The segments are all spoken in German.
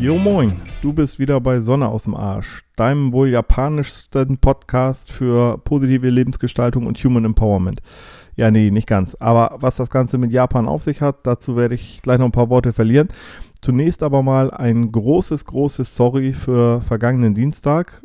Jo moin, du bist wieder bei Sonne aus dem Arsch, deinem wohl japanischsten Podcast für positive Lebensgestaltung und Human Empowerment. Ja, nee, nicht ganz. Aber was das Ganze mit Japan auf sich hat, dazu werde ich gleich noch ein paar Worte verlieren. Zunächst aber mal ein großes Sorry für vergangenen Dienstag.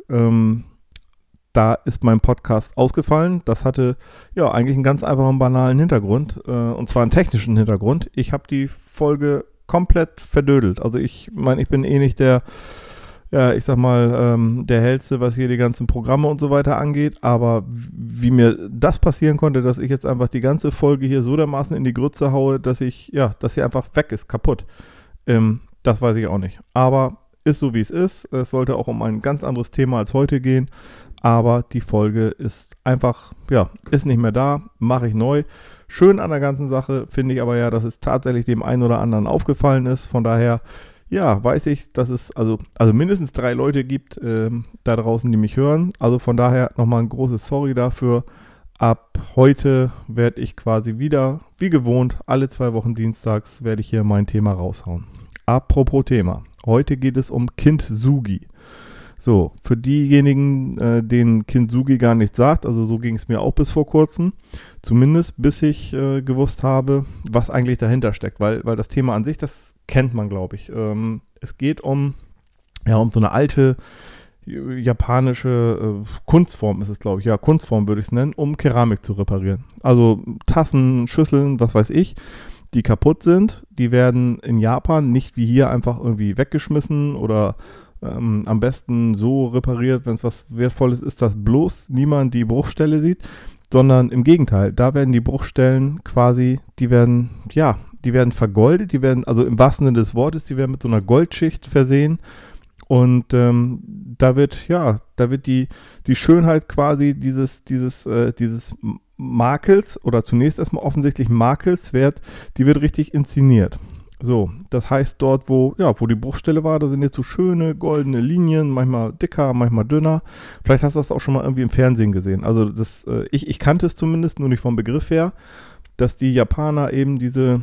Da ist mein Podcast ausgefallen. Das hatte ja eigentlich einen ganz einfachen, banalen Hintergrund, und zwar einen technischen Hintergrund. Ich habe die Folge komplett verdödelt. Also ich meine, ich bin eh nicht der, ja, ich sag mal, der Hellste, was hier die ganzen Programme und so weiter angeht, aber wie mir das passieren konnte, dass ich jetzt einfach die ganze Folge hier so dermaßen in die Grütze haue, dass sie einfach weg ist, kaputt. Das weiß ich auch nicht. Aber ist so, wie es ist. Es sollte auch um ein ganz anderes Thema als heute gehen, aber die Folge ist einfach, ist nicht mehr da, mache ich neu. Schön an der ganzen Sache finde ich aber ja, dass es tatsächlich dem einen oder anderen aufgefallen ist. Von daher, weiß ich, dass es also mindestens 3 Leute gibt da draußen, die mich hören. Also von daher nochmal ein großes Sorry dafür. Ab heute werde ich quasi wieder, wie gewohnt, alle 2 Wochen dienstags werde ich hier mein Thema raushauen. Apropos Thema. Heute geht es um Kintsugi. So, für diejenigen, denen Kintsugi gar nichts sagt, also so ging es mir auch bis vor kurzem, zumindest bis ich gewusst habe, was eigentlich dahinter steckt, weil das Thema an sich, das kennt man, glaube ich. Es geht um so eine alte japanische Kunstform ist es, glaube ich, Kunstform würde ich es nennen, um Keramik zu reparieren. Also Tassen, Schüsseln, was weiß ich, die kaputt sind, die werden in Japan nicht wie hier einfach irgendwie weggeschmissen oder am besten so repariert, wenn es was Wertvolles ist, dass bloß niemand die Bruchstelle sieht, sondern im Gegenteil, da werden die Bruchstellen quasi, die werden vergoldet, die werden, also im wahrsten Sinne des Wortes, die werden mit so einer Goldschicht versehen und da wird die Schönheit quasi dieses Makels oder zunächst erstmal offensichtlich Makelswert, die wird richtig inszeniert. So, das heißt dort, wo die Bruchstelle war, da sind jetzt so schöne goldene Linien, manchmal dicker, manchmal dünner. Vielleicht hast du das auch schon mal irgendwie im Fernsehen gesehen. Also ich kannte es zumindest, nur nicht vom Begriff her, dass die Japaner eben diese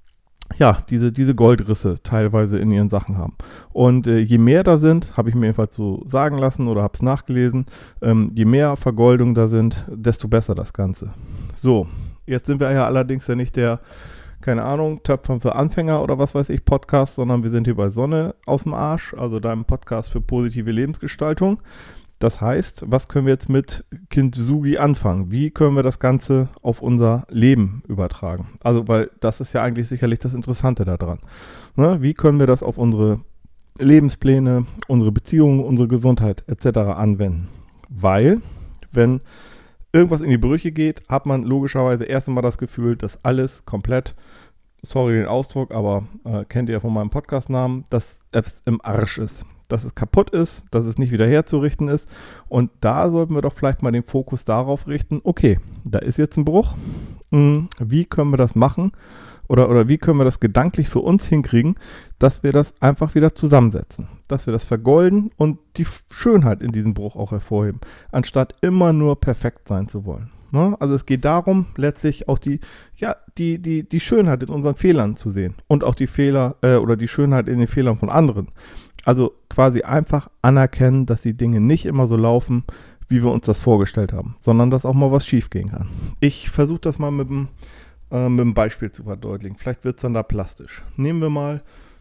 Goldrisse teilweise in ihren Sachen haben. Und je mehr da sind, habe ich mir jedenfalls so sagen lassen oder habe es nachgelesen, je mehr Vergoldung da sind, desto besser das Ganze. So, jetzt sind wir ja allerdings ja nicht der, keine Ahnung, Töpfern für Anfänger oder was weiß ich, Podcast, sondern wir sind hier bei Sonne aus dem Arsch, also deinem Podcast für positive Lebensgestaltung. Das heißt, was können wir jetzt mit Kintsugi anfangen? Wie können wir das Ganze auf unser Leben übertragen? Also, weil das ist ja eigentlich sicherlich das Interessante daran. Ne? Wie können wir das auf unsere Lebenspläne, unsere Beziehungen, unsere Gesundheit etc. anwenden? Weil, wenn irgendwas in die Brüche geht, hat man logischerweise erst einmal das Gefühl, dass alles komplett, sorry den Ausdruck, aber kennt ihr ja von meinem Podcast-Namen, dass es im Arsch ist. Dass es kaputt ist, dass es nicht wieder herzurichten ist. Und da sollten wir doch vielleicht mal den Fokus darauf richten, okay, da ist jetzt ein Bruch. Wie können wir das machen? Oder wie können wir das gedanklich für uns hinkriegen, dass wir das einfach wieder zusammensetzen, dass wir das vergolden und die Schönheit in diesem Bruch auch hervorheben, anstatt immer nur perfekt sein zu wollen. Ne? Also es geht darum, letztlich auch die Schönheit in unseren Fehlern zu sehen und auch die Fehler oder die Schönheit in den Fehlern von anderen. Also quasi einfach anerkennen, dass die Dinge nicht immer so laufen, wie wir uns das vorgestellt haben, sondern dass auch mal was schief gehen kann. Ich versuche das mal mit einem Beispiel zu verdeutlichen. Vielleicht wird es dann da plastisch. Nehmen wir mal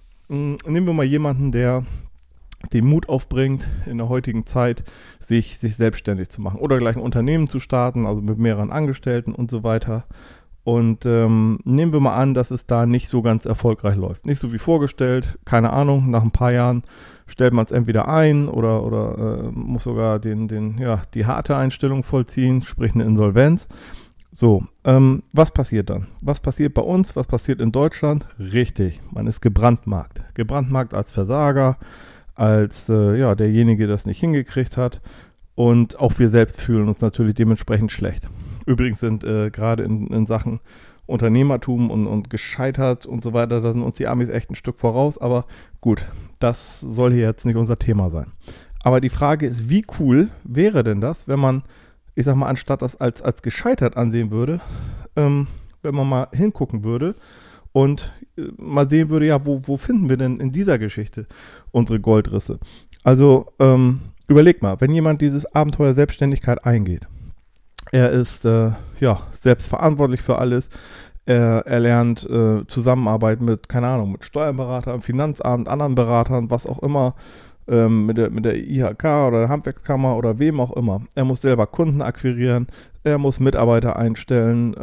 jemanden, der den Mut aufbringt, in der heutigen Zeit sich selbstständig zu machen oder gleich ein Unternehmen zu starten, also mit mehreren Angestellten und so weiter. Und nehmen wir mal an, dass es da nicht so ganz erfolgreich läuft. Nicht so wie vorgestellt, keine Ahnung, nach ein paar Jahren stellt man es entweder ein oder muss sogar die harte Einstellung vollziehen, sprich eine Insolvenz. So, was passiert dann? Was passiert bei uns? Was passiert in Deutschland? Richtig, man ist gebrandmarkt. Gebrandmarkt als Versager, als derjenige, der das nicht hingekriegt hat. Und auch wir selbst fühlen uns natürlich dementsprechend schlecht. Übrigens sind gerade in Sachen Unternehmertum und gescheitert und so weiter, da sind uns die Amis echt ein Stück voraus. Aber gut, das soll hier jetzt nicht unser Thema sein. Aber die Frage ist, wie cool wäre denn das, wenn man, ich sag mal, anstatt das als gescheitert ansehen würde, wenn man mal hingucken würde und mal sehen würde, ja, wo finden wir denn in dieser Geschichte unsere Goldrisse? Also überleg mal, wenn jemand dieses Abenteuer Selbstständigkeit eingeht, er ist selbst verantwortlich für alles, er lernt Zusammenarbeit mit, keine Ahnung, mit Steuerberatern, Finanzamt, anderen Beratern, was auch immer, mit der IHK oder der Handwerkskammer oder wem auch immer. Er muss selber Kunden akquirieren, er muss Mitarbeiter einstellen.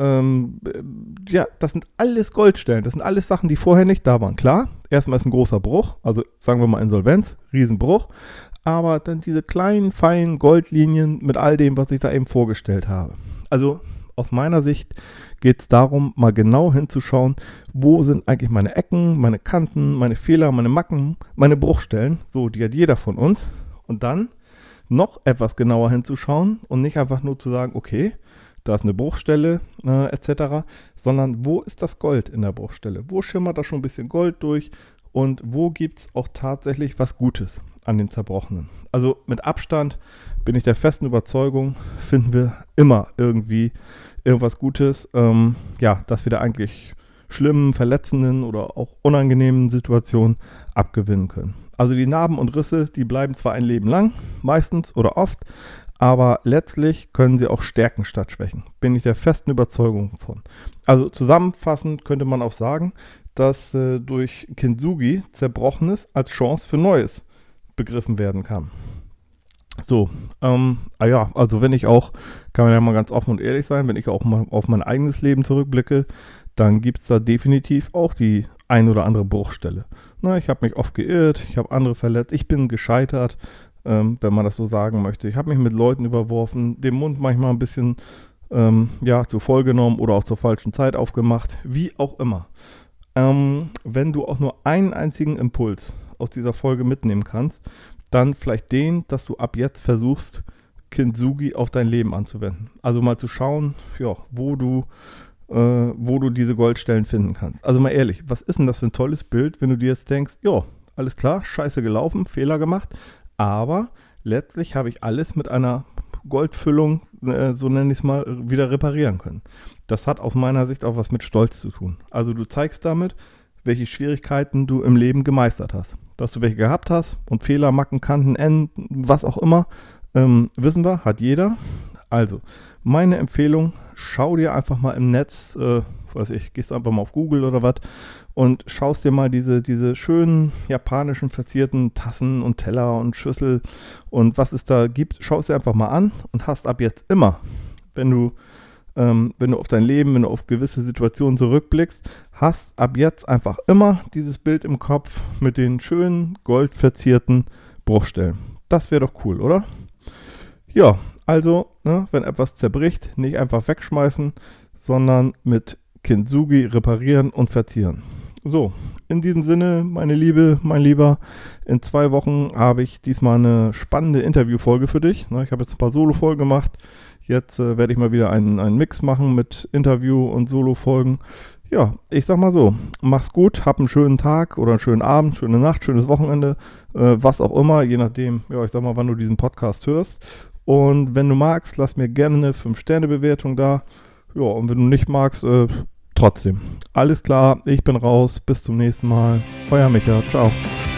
Das sind alles Goldstellen, das sind alles Sachen, die vorher nicht da waren. Klar, erstmal ist ein großer Bruch, also sagen wir mal Insolvenz, Riesenbruch, aber dann diese kleinen, feinen Goldlinien mit all dem, was ich da eben vorgestellt habe. Also aus meiner Sicht geht es darum, mal genau hinzuschauen, wo sind eigentlich meine Ecken, meine Kanten, meine Fehler, meine Macken, meine Bruchstellen, so die hat jeder von uns. Und dann noch etwas genauer hinzuschauen und nicht einfach nur zu sagen, okay, da ist eine Bruchstelle etc., sondern wo ist das Gold in der Bruchstelle? Wo schimmert da schon ein bisschen Gold durch und wo gibt es auch tatsächlich was Gutes an dem Zerbrochenen? Also mit Abstand bin ich der festen Überzeugung, finden wir immer irgendwie irgendwas Gutes, dass wir da eigentlich schlimmen, verletzenden oder auch unangenehmen Situationen abgewinnen können. Also die Narben und Risse, die bleiben zwar ein Leben lang, meistens oder oft, aber letztlich können sie auch stärken statt schwächen. Bin ich der festen Überzeugung von. Also zusammenfassend könnte man auch sagen, dass durch Kintsugi Zerbrochenes als Chance für Neues begriffen werden kann. So, also wenn ich auch, kann man ja mal ganz offen und ehrlich sein, wenn ich auch mal auf mein eigenes Leben zurückblicke, dann gibt es da definitiv auch die ein oder andere Bruchstelle. Ich habe mich oft geirrt, ich habe andere verletzt, ich bin gescheitert, wenn man das so sagen möchte. Ich habe mich mit Leuten überworfen, den Mund manchmal ein bisschen zu voll genommen oder auch zur falschen Zeit aufgemacht, wie auch immer. Wenn du auch nur einen einzigen Impuls aus dieser Folge mitnehmen kannst, dann vielleicht den, dass du ab jetzt versuchst, Kintsugi auf dein Leben anzuwenden. Also mal zu schauen, wo du diese Goldstellen finden kannst. Also mal ehrlich, was ist denn das für ein tolles Bild, wenn du dir jetzt denkst, alles klar, scheiße gelaufen, Fehler gemacht, aber letztlich habe ich alles mit einer Goldfüllung, so nenne ich es mal, wieder reparieren können. Das hat aus meiner Sicht auch was mit Stolz zu tun. Also du zeigst damit, welche Schwierigkeiten du im Leben gemeistert hast. Dass du welche gehabt hast und Fehler, Macken, Kanten, Enden, was auch immer, wissen wir, hat jeder. Also, meine Empfehlung, schau dir einfach mal im Netz, gehst einfach mal auf Google oder was und schaust dir mal diese schönen japanischen verzierten Tassen und Teller und Schüssel und was es da gibt, schau es dir einfach mal an und hast ab jetzt immer, wenn du auf dein Leben, wenn du auf gewisse Situationen zurückblickst, hast ab jetzt einfach immer dieses Bild im Kopf mit den schönen goldverzierten Bruchstellen. Das wäre doch cool, oder? Ja, also, wenn etwas zerbricht, nicht einfach wegschmeißen, sondern mit Kintsugi reparieren und verzieren. So, in diesem Sinne, meine Liebe, mein Lieber, in 2 Wochen habe ich diesmal eine spannende Interviewfolge für dich. Ich habe jetzt ein paar Solo-Folgen gemacht. Jetzt werde ich mal wieder einen Mix machen mit Interview und Solo-Folgen. Ja, ich sag mal so, mach's gut, hab einen schönen Tag oder einen schönen Abend, schöne Nacht, schönes Wochenende, was auch immer, je nachdem, ich sag mal, wann du diesen Podcast hörst. Und wenn du magst, lass mir gerne eine 5-Sterne-Bewertung da. Ja, und wenn du nicht magst, trotzdem. Alles klar, ich bin raus, bis zum nächsten Mal. Euer Micha, ciao.